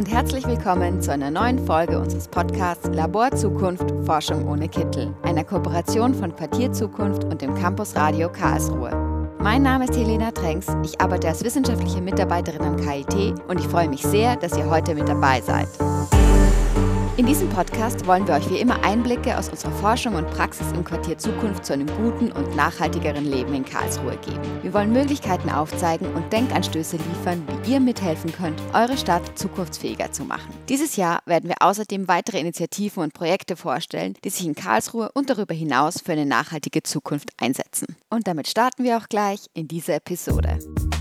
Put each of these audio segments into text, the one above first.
herzlich willkommen zu einer neuen Folge unseres Podcasts Labor Zukunft – Forschung ohne Kittel, einer Kooperation von Quartier Zukunft und dem Campus Radio Karlsruhe. Mein Name ist Helena Trenks, ich arbeite als wissenschaftliche Mitarbeiterin am KIT und ich freue mich sehr, dass ihr heute mit dabei seid. In diesem Podcast wollen wir euch wie immer Einblicke aus unserer Forschung und Praxis im Quartier Zukunft zu einem guten und nachhaltigeren Leben in Karlsruhe geben. Wir wollen Möglichkeiten aufzeigen und Denkanstöße liefern, wie ihr mithelfen könnt, eure Stadt zukunftsfähiger zu machen. Dieses Jahr werden wir außerdem weitere Initiativen und Projekte vorstellen, die sich in Karlsruhe und darüber hinaus für eine nachhaltige Zukunft einsetzen. Und damit starten wir auch gleich in diese Episode.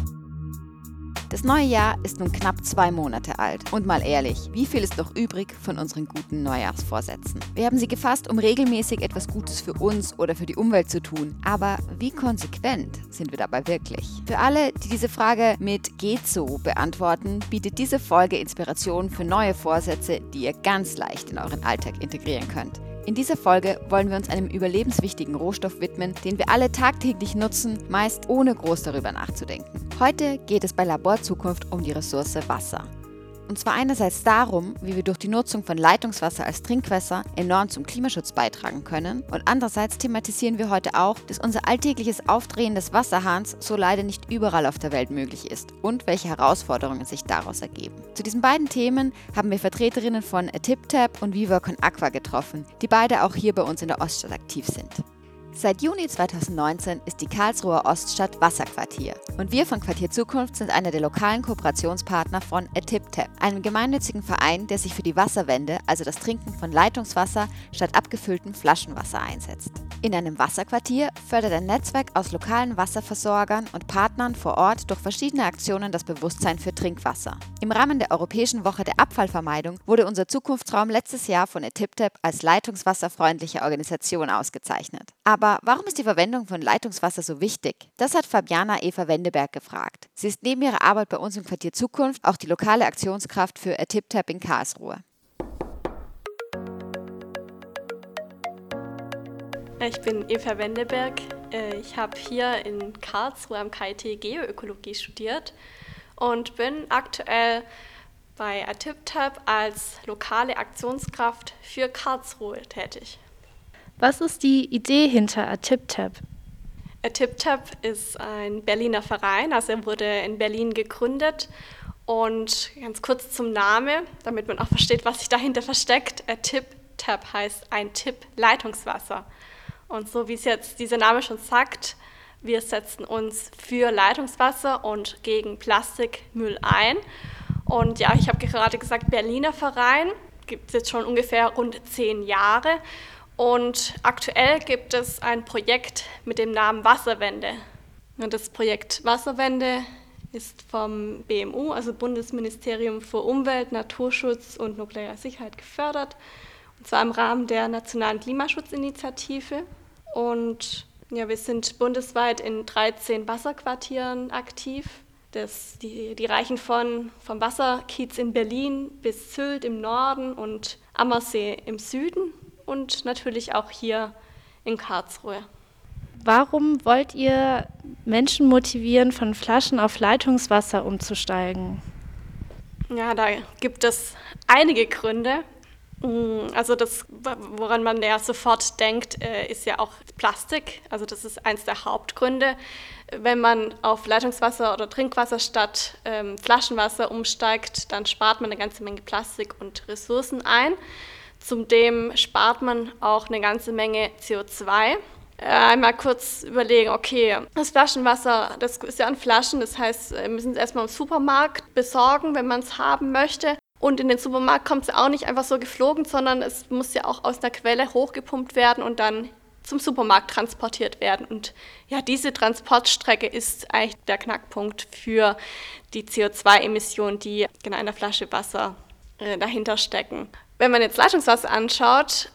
Das neue Jahr ist nun knapp 2 Monate alt. Und mal ehrlich, wie viel ist noch übrig von unseren guten Neujahrsvorsätzen? Wir haben sie gefasst, um regelmäßig etwas Gutes für uns oder für die Umwelt zu tun. Aber wie konsequent sind wir dabei wirklich? Für alle, die diese Frage mit "geht so" beantworten, bietet diese Folge Inspiration für neue Vorsätze, die ihr ganz leicht in euren Alltag integrieren könnt. In dieser Folge wollen wir uns einem überlebenswichtigen Rohstoff widmen, den wir alle tagtäglich nutzen, meist ohne groß darüber nachzudenken. Heute geht es bei Labor Zukunft um die Ressource Wasser. Und zwar einerseits darum, wie wir durch die Nutzung von Leitungswasser als Trinkwasser enorm zum Klimaschutz beitragen können. Und andererseits thematisieren wir heute auch, dass unser alltägliches Aufdrehen des Wasserhahns so leider nicht überall auf der Welt möglich ist und welche Herausforderungen sich daraus ergeben. Zu diesen beiden Themen haben wir Vertreterinnen von ATIPTAB und Viva Con Aqua getroffen, die beide auch hier bei uns in der Oststadt aktiv sind. Seit Juni 2019 ist die Karlsruher Oststadt Wasserquartier und wir von Quartier Zukunft sind einer der lokalen Kooperationspartner von ATIPTAB, einem gemeinnützigen Verein, der sich für die Wasserwende, also das Trinken von Leitungswasser statt abgefülltem Flaschenwasser einsetzt. In einem Wasserquartier fördert ein Netzwerk aus lokalen Wasserversorgern und Partnern vor Ort durch verschiedene Aktionen das Bewusstsein für Trinkwasser. Im Rahmen der Europäischen Woche der Abfallvermeidung wurde unser Zukunftsraum letztes Jahr von ATIPTAB als leitungswasserfreundliche Organisation ausgezeichnet. Aber warum ist die Verwendung von Leitungswasser so wichtig? Das hat Fabiana Eva Wendeberg gefragt. Sie ist neben ihrer Arbeit bei uns im Quartier Zukunft auch die lokale Aktionskraft für ATIPTAB in Karlsruhe. Ich bin Eva Wendeberg. Ich habe hier in Karlsruhe am KIT Geoökologie studiert und bin aktuell bei ATIPTAB als lokale Aktionskraft für Karlsruhe tätig. Was ist die Idee hinter ATIPTAB? ATIPTAB ist ein Berliner Verein, also er wurde in Berlin gegründet. Und ganz kurz zum Namen, damit man auch versteht, was sich dahinter versteckt. ATIPTAB heißt ein Tipp Leitungswasser. Und so wie es jetzt dieser Name schon sagt, wir setzen uns für Leitungswasser und gegen Plastikmüll ein. Und ja, ich habe gerade gesagt, Berliner Verein, gibt es jetzt schon ungefähr rund 10 Jahre. Und aktuell gibt es ein Projekt mit dem Namen Wasserwende. Und das Projekt Wasserwende ist vom BMU, also Bundesministerium für Umwelt, Naturschutz und nukleare Sicherheit, gefördert. Und zwar im Rahmen der Nationalen Klimaschutzinitiative. Und ja, wir sind bundesweit in 13 Wasserquartieren aktiv. Die reichen vom Wasserkiez in Berlin bis Sylt im Norden und Ammersee im Süden. Und natürlich auch hier in Karlsruhe. Warum wollt ihr Menschen motivieren, von Flaschen auf Leitungswasser umzusteigen? Ja, da gibt es einige Gründe. Also das, woran man ja sofort denkt, ist ja auch Plastik. Also das ist eins der Hauptgründe. Wenn man auf Leitungswasser oder Trinkwasser statt Flaschenwasser umsteigt, dann spart man eine ganze Menge Plastik und Ressourcen ein. Zudem spart man auch eine ganze Menge CO2. Einmal kurz überlegen, okay, das Flaschenwasser, das ist ja an Flaschen, das heißt, wir müssen es erstmal im Supermarkt besorgen, wenn man es haben möchte. Und in den Supermarkt kommt es auch nicht einfach so geflogen, sondern es muss ja auch aus der Quelle hochgepumpt werden und dann zum Supermarkt transportiert werden. Und ja, diese Transportstrecke ist eigentlich der Knackpunkt für die CO2-Emissionen, die in einer Flasche Wasser dahinter stecken. Wenn man jetzt Leitungswasser anschaut,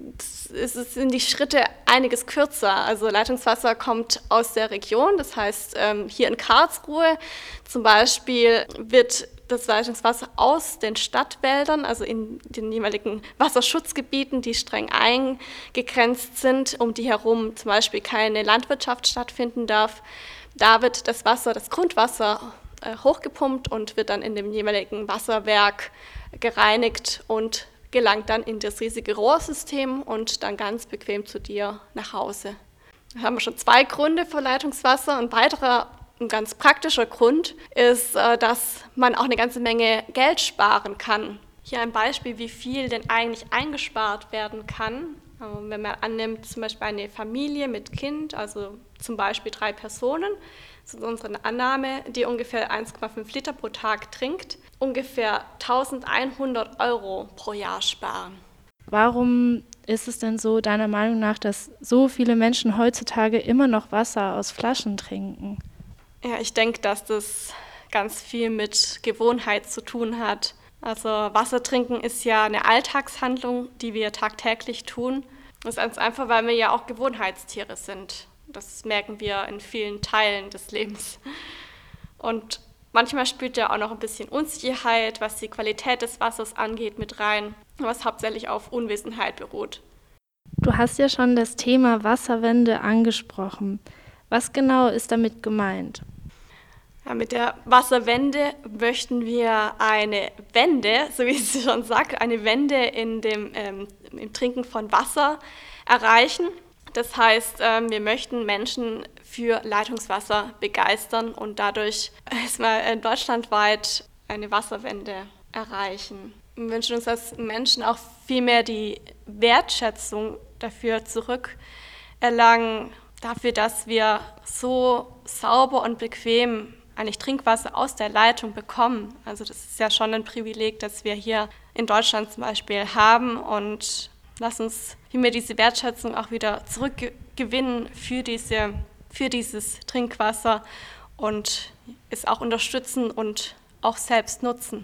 sind die Schritte einiges kürzer. Also Leitungswasser kommt aus der Region, das heißt hier in Karlsruhe zum Beispiel wird das Leitungswasser aus den Stadtwäldern, also in den jeweiligen Wasserschutzgebieten, die streng eingegrenzt sind, um die herum zum Beispiel keine Landwirtschaft stattfinden darf. Da wird das Grundwasser hochgepumpt und wird dann in dem jeweiligen Wasserwerk gereinigt und gelangt dann in das riesige Rohrsystem und dann ganz bequem zu dir nach Hause. Da haben wir schon 2 Gründe für Leitungswasser. Ein ganz praktischer Grund ist, dass man auch eine ganze Menge Geld sparen kann. Hier ein Beispiel, wie viel denn eigentlich eingespart werden kann. Wenn man annimmt, zum Beispiel eine Familie mit Kind, also zum Beispiel 3 Personen, das ist unsere Annahme, die ungefähr 1,5 Liter pro Tag trinkt, ungefähr 1.100 € pro Jahr sparen. Warum ist es denn so, deiner Meinung nach, dass so viele Menschen heutzutage immer noch Wasser aus Flaschen trinken? Ja, ich denke, dass das ganz viel mit Gewohnheit zu tun hat. Also Wasser trinken ist ja eine Alltagshandlung, die wir tagtäglich tun. Das ist ganz einfach, weil wir ja auch Gewohnheitstiere sind. Das merken wir in vielen Teilen des Lebens. Und manchmal spielt ja auch noch ein bisschen Unsicherheit, was die Qualität des Wassers angeht, mit rein, was hauptsächlich auf Unwissenheit beruht. Du hast ja schon das Thema Wasserwende angesprochen. Was genau ist damit gemeint? Ja, mit der Wasserwende möchten wir eine Wende, so wie es schon sagt, eine Wende im Trinken von Wasser erreichen. Das heißt, wir möchten Menschen für Leitungswasser begeistern und dadurch erstmal deutschlandweit eine Wasserwende erreichen. Wir wünschen uns, dass Menschen auch viel mehr die Wertschätzung dafür zurückerlangen, dafür, dass wir so sauber und bequem eigentlich Trinkwasser aus der Leitung bekommen. Also das ist ja schon ein Privileg, das wir hier in Deutschland zum Beispiel haben, und lass uns vielmehr diese Wertschätzung auch wieder zurückgewinnen für dieses Trinkwasser und es auch unterstützen und auch selbst nutzen.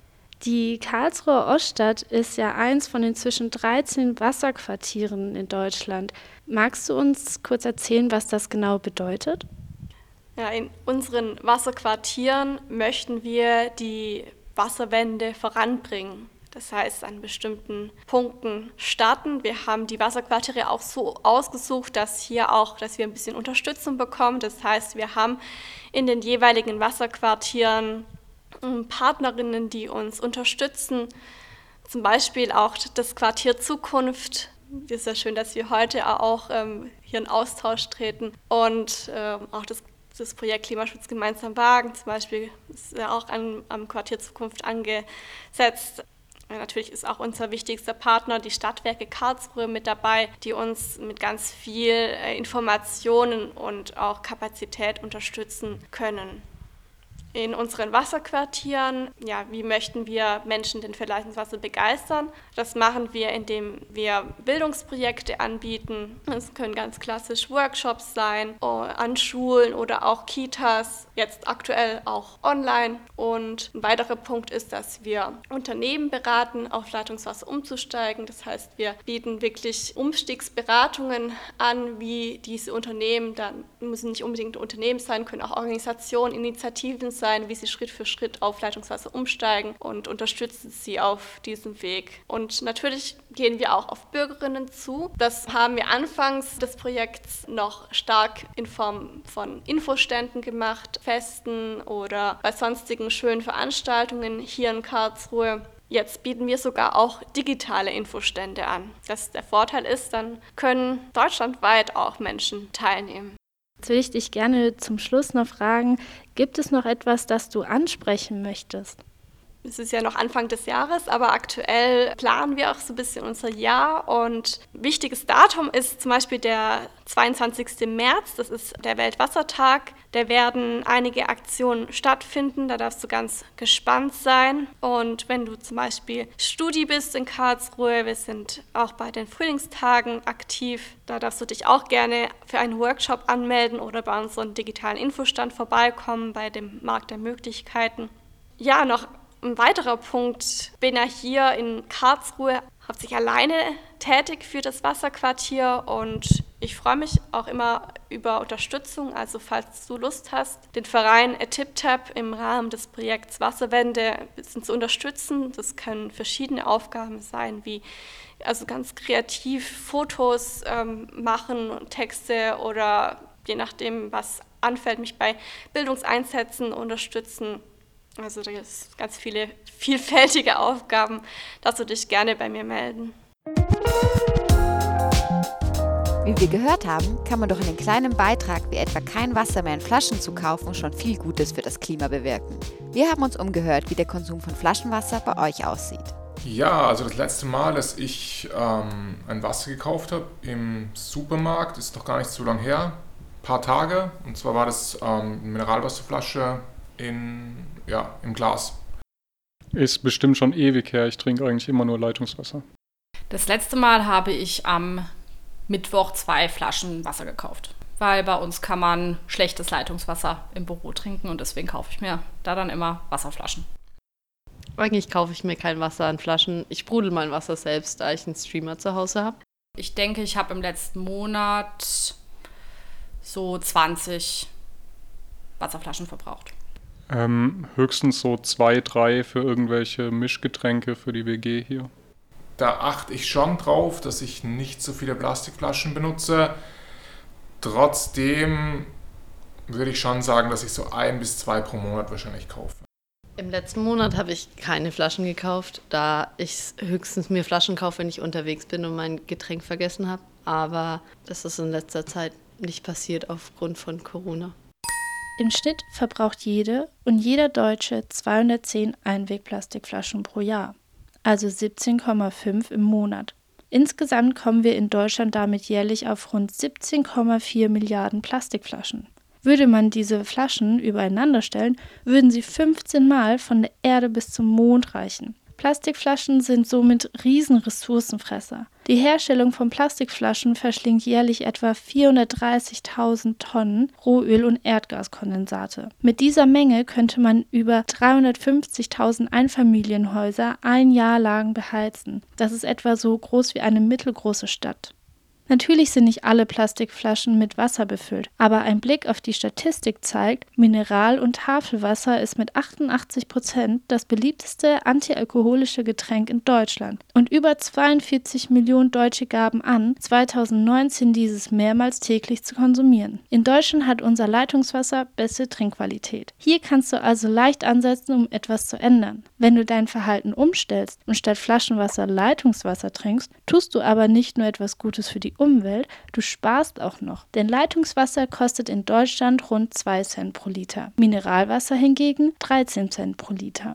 Die Karlsruher Oststadt ist ja eins von den inzwischen 13 Wasserquartieren in Deutschland. Magst du uns kurz erzählen, was das genau bedeutet? Ja, in unseren Wasserquartieren möchten wir die Wasserwende voranbringen. Das heißt, an bestimmten Punkten starten. Wir haben die Wasserquartiere auch so ausgesucht, dass wir ein bisschen Unterstützung bekommen. Das heißt, wir haben in den jeweiligen Wasserquartieren Partnerinnen, die uns unterstützen, zum Beispiel auch das Quartier Zukunft. Es ist ja schön, dass wir heute auch hier in Austausch treten, und auch das Projekt Klimaschutz gemeinsam wagen zum Beispiel ist ja auch am Quartier Zukunft angesetzt. Natürlich ist auch unser wichtigster Partner, die Stadtwerke Karlsruhe, mit dabei, die uns mit ganz viel Informationen und auch Kapazität unterstützen können. In unseren Wasserquartieren, wie möchten wir Menschen denn für Leitungswasser begeistern? Das machen wir, indem wir Bildungsprojekte anbieten. Es können ganz klassisch Workshops sein, an Schulen oder auch Kitas, jetzt aktuell auch online. Und ein weiterer Punkt ist, dass wir Unternehmen beraten, auf Leitungswasser umzusteigen. Das heißt, wir bieten wirklich Umstiegsberatungen an, wie diese Unternehmen, dann müssen nicht unbedingt Unternehmen sein, können auch Organisationen, Initiativen sein, wie sie Schritt für Schritt auf Leitungswasser umsteigen, und unterstützen sie auf diesem Weg. Und natürlich gehen wir auch auf Bürgerinnen zu. Das haben wir anfangs des Projekts noch stark in Form von Infoständen gemacht, Festen oder bei sonstigen schönen Veranstaltungen hier in Karlsruhe. Jetzt bieten wir sogar auch digitale Infostände an. Der Vorteil ist, dann können deutschlandweit auch Menschen teilnehmen. Jetzt will ich dich gerne zum Schluss noch fragen, gibt es noch etwas, das du ansprechen möchtest? Es ist ja noch Anfang des Jahres, aber aktuell planen wir auch so ein bisschen unser Jahr, und ein wichtiges Datum ist zum Beispiel der 22. März, das ist der Weltwassertag. Da werden einige Aktionen stattfinden, da darfst du ganz gespannt sein. Und wenn du zum Beispiel Studi bist in Karlsruhe, wir sind auch bei den Frühlingstagen aktiv, da darfst du dich auch gerne für einen Workshop anmelden oder bei unserem digitalen Infostand vorbeikommen, bei dem Markt der Möglichkeiten. Ja, noch ein weiterer Punkt, bin ja hier in Karlsruhe hauptsächlich alleine tätig für das Wasserquartier, und ich freue mich auch immer über Unterstützung. Also falls du Lust hast, den Verein TipTap im Rahmen des Projekts Wasserwende ein bisschen zu unterstützen. Das können verschiedene Aufgaben sein, wie also ganz kreativ Fotos machen und Texte oder je nachdem, was anfällt, mich bei Bildungseinsätzen unterstützen. Also da gibt es ganz viele vielfältige Aufgaben, darfst du dich gerne bei mir melden. Wie wir gehört haben, kann man durch einen kleinen Beitrag wie etwa kein Wasser mehr in Flaschen zu kaufen schon viel Gutes für das Klima bewirken. Wir haben uns umgehört, wie der Konsum von Flaschenwasser bei euch aussieht. Ja, also das letzte Mal, dass ich ein Wasser gekauft habe im Supermarkt, ist noch gar nicht so lange her, ein paar Tage. Und zwar war das eine Mineralwasserflasche im Glas. Ist bestimmt schon ewig her, ich trinke eigentlich immer nur Leitungswasser. Das letzte Mal habe ich am Mittwoch 2 Flaschen Wasser gekauft, weil bei uns kann man schlechtes Leitungswasser im Büro trinken und deswegen kaufe ich mir da dann immer Wasserflaschen. Eigentlich kaufe ich mir kein Wasser in Flaschen. Ich sprudel mein Wasser selbst, da ich einen Streamer zu Hause habe. Ich denke, ich habe im letzten Monat so 20 Wasserflaschen verbraucht. Höchstens so 2, 3 für irgendwelche Mischgetränke für die WG hier. Da achte ich schon drauf, dass ich nicht so viele Plastikflaschen benutze. Trotzdem würde ich schon sagen, dass ich so 1 bis 2 pro Monat wahrscheinlich kaufe. Im letzten Monat habe ich keine Flaschen gekauft, da ich höchstens mir Flaschen kaufe, wenn ich unterwegs bin und mein Getränk vergessen habe. Aber das ist in letzter Zeit nicht passiert aufgrund von Corona. Im Schnitt verbraucht jede und jeder Deutsche 210 Einwegplastikflaschen pro Jahr, also 17,5 im Monat. Insgesamt kommen wir in Deutschland damit jährlich auf rund 17,4 Milliarden Plastikflaschen. Würde man diese Flaschen übereinander stellen, würden sie 15 Mal von der Erde bis zum Mond reichen. Plastikflaschen sind somit Riesenressourcenfresser. Die Herstellung von Plastikflaschen verschlingt jährlich etwa 430.000 Tonnen Rohöl- und Erdgaskondensate. Mit dieser Menge könnte man über 350.000 Einfamilienhäuser ein Jahr lang beheizen. Das ist etwa so groß wie eine mittelgroße Stadt. Natürlich sind nicht alle Plastikflaschen mit Wasser befüllt, aber ein Blick auf die Statistik zeigt, Mineral- und Tafelwasser ist mit 88% das beliebteste antialkoholische Getränk in Deutschland. Und über 42 Millionen Deutsche gaben an, 2019 dieses mehrmals täglich zu konsumieren. In Deutschland hat unser Leitungswasser beste Trinkqualität. Hier kannst du also leicht ansetzen, um etwas zu ändern. Wenn du dein Verhalten umstellst und statt Flaschenwasser Leitungswasser trinkst, tust du aber nicht nur etwas Gutes für die Umwelt, du sparst auch noch. Denn Leitungswasser kostet in Deutschland rund 2 Cent pro Liter. Mineralwasser hingegen 13 Cent pro Liter.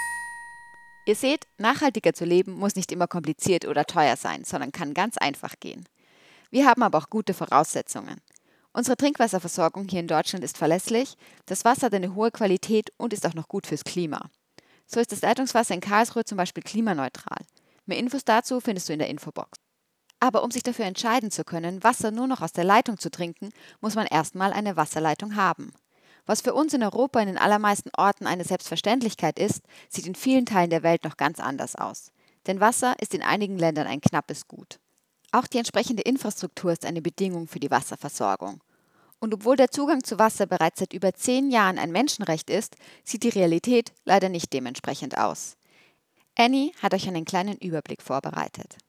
Ihr seht, nachhaltiger zu leben muss nicht immer kompliziert oder teuer sein, sondern kann ganz einfach gehen. Wir haben aber auch gute Voraussetzungen. Unsere Trinkwasserversorgung hier in Deutschland ist verlässlich, das Wasser hat eine hohe Qualität und ist auch noch gut fürs Klima. So ist das Leitungswasser in Karlsruhe zum Beispiel klimaneutral. Mehr Infos dazu findest du in der Infobox. Aber um sich dafür entscheiden zu können, Wasser nur noch aus der Leitung zu trinken, muss man erstmal eine Wasserleitung haben. Was für uns in Europa in den allermeisten Orten eine Selbstverständlichkeit ist, sieht in vielen Teilen der Welt noch ganz anders aus. Denn Wasser ist in einigen Ländern ein knappes Gut. Auch die entsprechende Infrastruktur ist eine Bedingung für die Wasserversorgung. Und obwohl der Zugang zu Wasser bereits seit über 10 Jahren ein Menschenrecht ist, sieht die Realität leider nicht dementsprechend aus. Annie hat euch einen kleinen Überblick vorbereitet.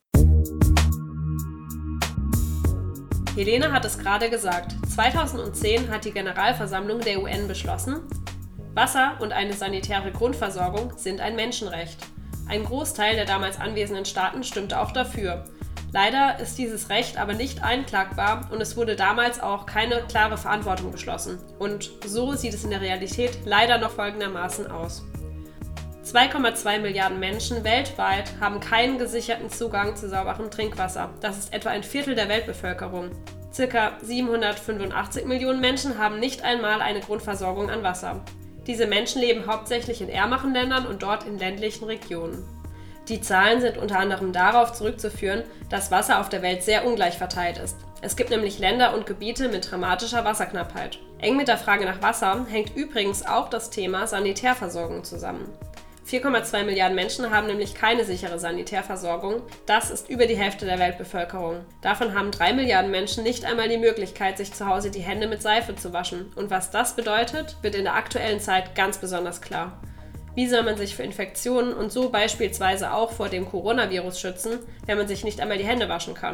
Helene hat es gerade gesagt. 2010 hat die Generalversammlung der UN beschlossen, Wasser und eine sanitäre Grundversorgung sind ein Menschenrecht. Ein Großteil der damals anwesenden Staaten stimmte auch dafür. Leider ist dieses Recht aber nicht einklagbar und es wurde damals auch keine klare Verantwortung beschlossen. Und so sieht es in der Realität leider noch folgendermaßen aus. 2,2 Milliarden Menschen weltweit haben keinen gesicherten Zugang zu sauberem Trinkwasser. Das ist etwa ein Viertel der Weltbevölkerung. Circa 785 Millionen Menschen haben nicht einmal eine Grundversorgung an Wasser. Diese Menschen leben hauptsächlich in ärmeren Ländern und dort in ländlichen Regionen. Die Zahlen sind unter anderem darauf zurückzuführen, dass Wasser auf der Welt sehr ungleich verteilt ist. Es gibt nämlich Länder und Gebiete mit dramatischer Wasserknappheit. Eng mit der Frage nach Wasser hängt übrigens auch das Thema Sanitärversorgung zusammen. 4,2 Milliarden Menschen haben nämlich keine sichere Sanitärversorgung. Das ist über die Hälfte der Weltbevölkerung. Davon haben 3 Milliarden Menschen nicht einmal die Möglichkeit, sich zu Hause die Hände mit Seife zu waschen. Und was das bedeutet, wird in der aktuellen Zeit ganz besonders klar. Wie soll man sich vor Infektionen und so beispielsweise auch vor dem Coronavirus schützen, wenn man sich nicht einmal die Hände waschen kann?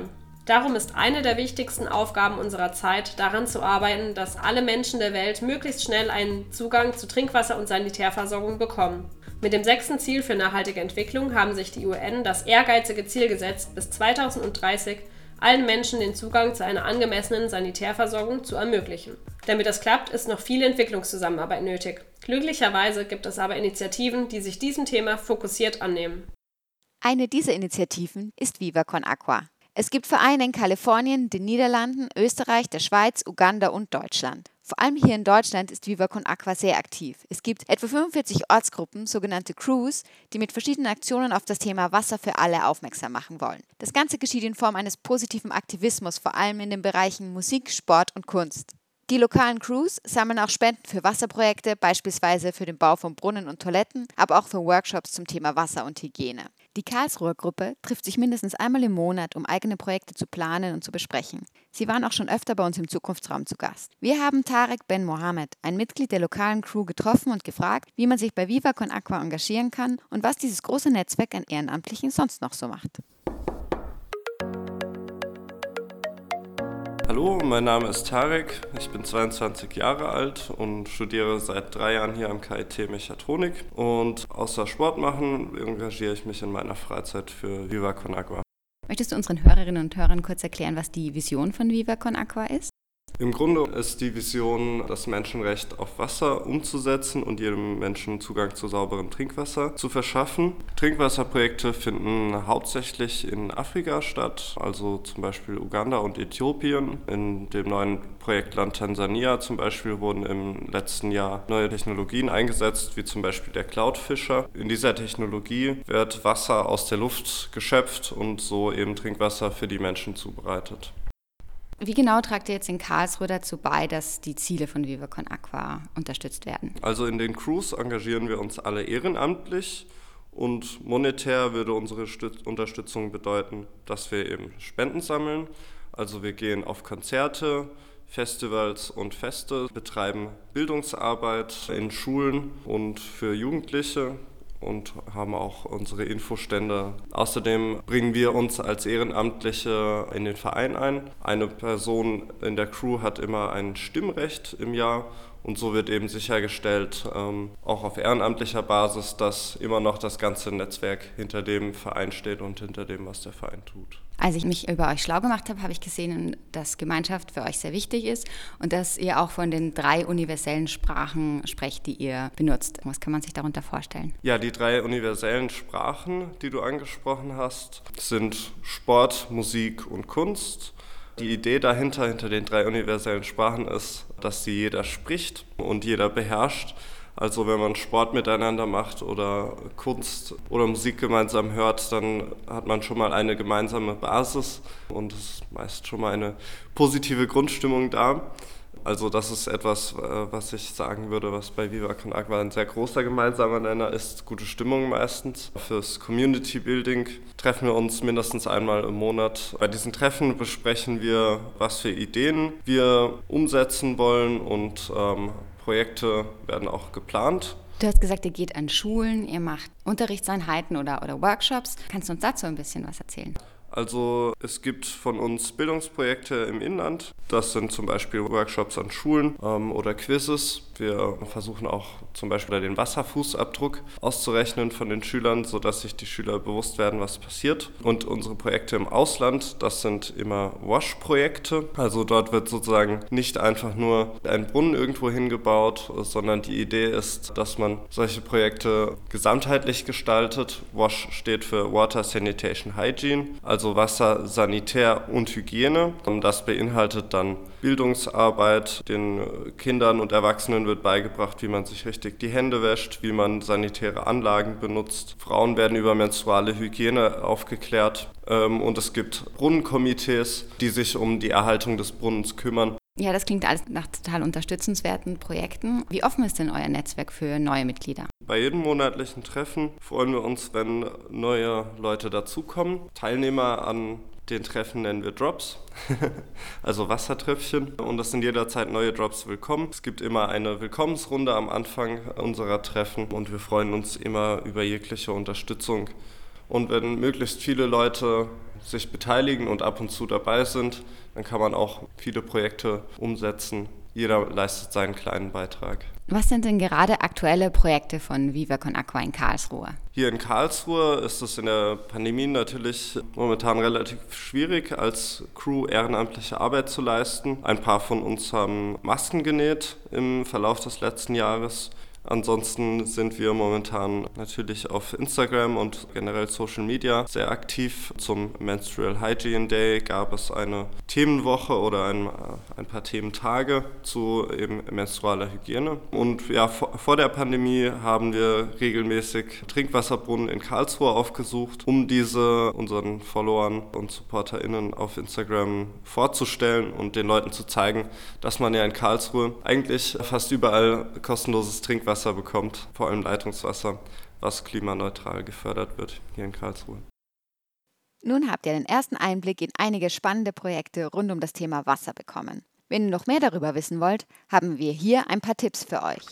Darum ist eine der wichtigsten Aufgaben unserer Zeit, daran zu arbeiten, dass alle Menschen der Welt möglichst schnell einen Zugang zu Trinkwasser und Sanitärversorgung bekommen. Mit dem 6. Ziel für nachhaltige Entwicklung haben sich die UN das ehrgeizige Ziel gesetzt, bis 2030 allen Menschen den Zugang zu einer angemessenen Sanitärversorgung zu ermöglichen. Damit das klappt, ist noch viel Entwicklungszusammenarbeit nötig. Glücklicherweise gibt es aber Initiativen, die sich diesem Thema fokussiert annehmen. Eine dieser Initiativen ist Viva Con Agua. Es gibt Vereine in Kalifornien, den Niederlanden, Österreich, der Schweiz, Uganda und Deutschland. Vor allem hier in Deutschland ist Viva Con Agua sehr aktiv. Es gibt etwa 45 Ortsgruppen, sogenannte Crews, die mit verschiedenen Aktionen auf das Thema Wasser für alle aufmerksam machen wollen. Das Ganze geschieht in Form eines positiven Aktivismus, vor allem in den Bereichen Musik, Sport und Kunst. Die lokalen Crews sammeln auch Spenden für Wasserprojekte, beispielsweise für den Bau von Brunnen und Toiletten, aber auch für Workshops zum Thema Wasser und Hygiene. Die Karlsruher Gruppe trifft sich mindestens einmal im Monat, um eigene Projekte zu planen und zu besprechen. Sie waren auch schon öfter bei uns im Zukunftsraum zu Gast. Wir haben Tarek Ben Mohammed, ein Mitglied der lokalen Crew, getroffen und gefragt, wie man sich bei Viva Con Agua engagieren kann und was dieses große Netzwerk an Ehrenamtlichen sonst noch so macht. Hallo, mein Name ist Tarek, ich bin 22 Jahre alt und studiere seit 3 Jahren hier am KIT Mechatronik. Und außer Sport machen engagiere ich mich in meiner Freizeit für Viva Con Agua. Möchtest du unseren Hörerinnen und Hörern kurz erklären, was die Vision von Viva Con Agua ist? Im Grunde ist die Vision, das Menschenrecht auf Wasser umzusetzen und jedem Menschen Zugang zu sauberem Trinkwasser zu verschaffen. Trinkwasserprojekte finden hauptsächlich in Afrika statt, also zum Beispiel Uganda und Äthiopien. In dem neuen Projektland Tansania zum Beispiel wurden im letzten Jahr neue Technologien eingesetzt, wie zum Beispiel der Cloudfisher. In dieser Technologie wird Wasser aus der Luft geschöpft und so eben Trinkwasser für die Menschen zubereitet. Wie genau tragt ihr jetzt in Karlsruhe dazu bei, dass die Ziele von Viva Con Agua unterstützt werden? Also in den Crews engagieren wir uns alle ehrenamtlich und monetär würde unsere Unterstützung bedeuten, dass wir eben Spenden sammeln. Also wir gehen auf Konzerte, Festivals und Feste, betreiben Bildungsarbeit in Schulen und für Jugendliche und haben auch unsere Infostände. Außerdem bringen wir uns als Ehrenamtliche in den Verein ein. Eine Person in der Crew hat immer ein Stimmrecht im Jahr und so wird eben sichergestellt, auch auf ehrenamtlicher Basis, dass immer noch das ganze Netzwerk hinter dem Verein steht und hinter dem, was der Verein tut. Als ich mich über euch schlau gemacht habe, habe ich gesehen, dass Gemeinschaft für euch sehr wichtig ist und dass ihr auch von den 3 universellen Sprachen sprecht, die ihr benutzt. Was kann man sich darunter vorstellen? Ja, die 3 universellen Sprachen, die du angesprochen hast, sind Sport, Musik und Kunst. Die Idee dahinter, hinter den 3 universellen Sprachen ist, dass sie jeder spricht und jeder beherrscht. Also wenn man Sport miteinander macht oder Kunst oder Musik gemeinsam hört, dann hat man schon mal eine gemeinsame Basis und es ist meist schon mal eine positive Grundstimmung da. Also das ist etwas, was ich sagen würde, was bei Viva Con Agua ein sehr großer gemeinsamer Nenner ist, gute Stimmung meistens. Fürs Community Building treffen wir uns mindestens einmal im Monat. Bei diesen Treffen besprechen wir, was für Ideen wir umsetzen wollen und Projekte werden auch geplant. Du hast gesagt, ihr geht an Schulen, ihr macht Unterrichtseinheiten oder Workshops. Kannst du uns dazu ein bisschen was erzählen? Also es gibt von uns Bildungsprojekte im Inland. Das sind zum Beispiel Workshops an Schulen oder Quizzes. Wir versuchen auch zum Beispiel den Wasserfußabdruck auszurechnen von den Schülern, sodass sich die Schüler bewusst werden, was passiert. Und unsere Projekte im Ausland, das sind immer WASH-Projekte. Also dort wird sozusagen nicht einfach nur ein Brunnen irgendwo hingebaut, sondern die Idee ist, dass man solche Projekte gesamtheitlich gestaltet. WASH steht für Water, Sanitation, Hygiene, also Wasser, Sanitär und Hygiene. Und das beinhaltet dann Bildungsarbeit. Den Kindern und Erwachsenen wird beigebracht, wie man sich richtig die Hände wäscht, wie man sanitäre Anlagen benutzt. Frauen werden über menstruale Hygiene aufgeklärt. Und es gibt Brunnenkomitees, die sich um die Erhaltung des Brunnens kümmern. Ja, das klingt alles nach total unterstützenswerten Projekten. Wie offen ist denn euer Netzwerk für neue Mitglieder? Bei jedem monatlichen Treffen freuen wir uns, wenn neue Leute dazukommen. Teilnehmer an den Treffen nennen wir Drops, also Wassertröpfchen. Und es sind jederzeit neue Drops willkommen. Es gibt immer eine Willkommensrunde am Anfang unserer Treffen und wir freuen uns immer über jegliche Unterstützung Und wenn möglichst viele Leute sich beteiligen und ab und zu dabei sind, dann kann man auch viele Projekte umsetzen. Jeder leistet seinen kleinen Beitrag. Was sind denn gerade aktuelle Projekte von Viva con Aqua in Karlsruhe? Hier in Karlsruhe ist es in der Pandemie natürlich momentan relativ schwierig, als Crew ehrenamtliche Arbeit zu leisten. Ein paar von uns haben Masken genäht im Verlauf des letzten Jahres. Ansonsten sind wir momentan natürlich auf Instagram und generell Social Media sehr aktiv. Zum Menstrual Hygiene Day gab es eine Themenwoche oder ein paar Thementage zu eben menstrualer Hygiene. Und ja, vor der Pandemie haben wir regelmäßig Trinkwasserbrunnen in Karlsruhe aufgesucht, um diese unseren Followern und SupporterInnen auf Instagram vorzustellen und den Leuten zu zeigen, dass man ja in Karlsruhe eigentlich fast überall kostenloses Trinkwasser bekommt, vor allem Leitungswasser, was klimaneutral gefördert wird hier in Karlsruhe. Nun habt ihr den ersten Einblick in einige spannende Projekte rund um das Thema Wasser bekommen. Wenn ihr noch mehr darüber wissen wollt, haben wir hier ein paar Tipps für euch.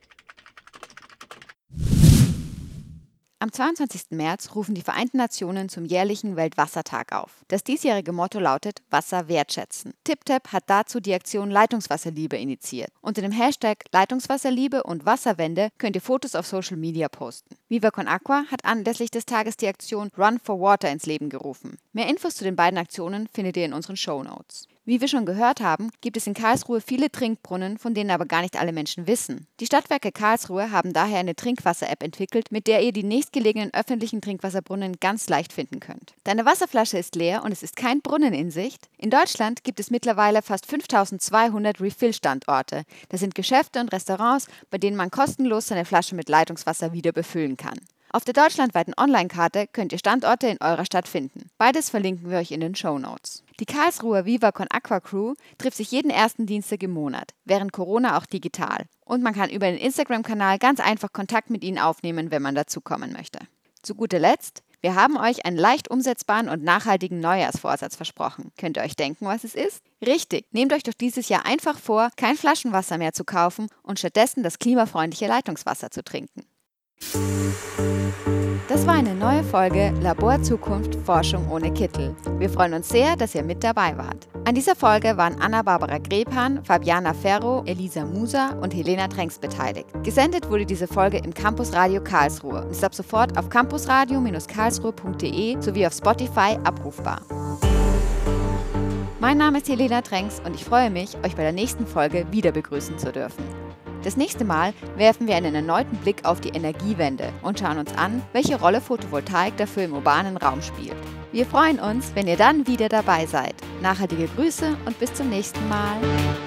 Am 22. März rufen die Vereinten Nationen zum jährlichen Weltwassertag auf. Das diesjährige Motto lautet Wasser wertschätzen. TipTap hat dazu die Aktion Leitungswasserliebe initiiert. Unter dem Hashtag Leitungswasserliebe und Wasserwende könnt ihr Fotos auf Social Media posten. Viva con Aqua hat anlässlich des Tages die Aktion Run for Water ins Leben gerufen. Mehr Infos zu den beiden Aktionen findet ihr in unseren Shownotes. Wie wir schon gehört haben, gibt es in Karlsruhe viele Trinkbrunnen, von denen aber gar nicht alle Menschen wissen. Die Stadtwerke Karlsruhe haben daher eine Trinkwasser-App entwickelt, mit der ihr die nächstgelegenen öffentlichen Trinkwasserbrunnen ganz leicht finden könnt. Deine Wasserflasche ist leer und es ist kein Brunnen in Sicht? In Deutschland gibt es mittlerweile fast 5200 Refill-Standorte. Das sind Geschäfte und Restaurants, bei denen man kostenlos seine Flasche mit Leitungswasser wieder befüllen kann. Auf der deutschlandweiten Online-Karte könnt ihr Standorte in eurer Stadt finden. Beides verlinken wir euch in den Shownotes. Die Karlsruher Viva con Aqua Crew trifft sich jeden ersten Dienstag im Monat, während Corona auch digital. Und man kann über den Instagram-Kanal ganz einfach Kontakt mit ihnen aufnehmen, wenn man dazukommen möchte. Zu guter Letzt, wir haben euch einen leicht umsetzbaren und nachhaltigen Neujahrsvorsatz versprochen. Könnt ihr euch denken, was es ist? Richtig, nehmt euch doch dieses Jahr einfach vor, kein Flaschenwasser mehr zu kaufen und stattdessen das klimafreundliche Leitungswasser zu trinken. Das war eine neue Folge Labor Zukunft Forschung ohne Kittel. Wir freuen uns sehr, dass ihr mit dabei wart. An dieser Folge waren Anna-Barbara Grebhahn, Fabiana Ferro, Elisa Musa und Helena Tränks beteiligt. Gesendet wurde diese Folge im Campusradio Karlsruhe und ist ab sofort auf campusradio-karlsruhe.de sowie auf Spotify abrufbar. Mein Name ist Helena Tränks und ich freue mich, euch bei der nächsten Folge wieder begrüßen zu dürfen. Das nächste Mal werfen wir einen erneuten Blick auf die Energiewende und schauen uns an, welche Rolle Photovoltaik dafür im urbanen Raum spielt. Wir freuen uns, wenn ihr dann wieder dabei seid. Nachhaltige Grüße und bis zum nächsten Mal.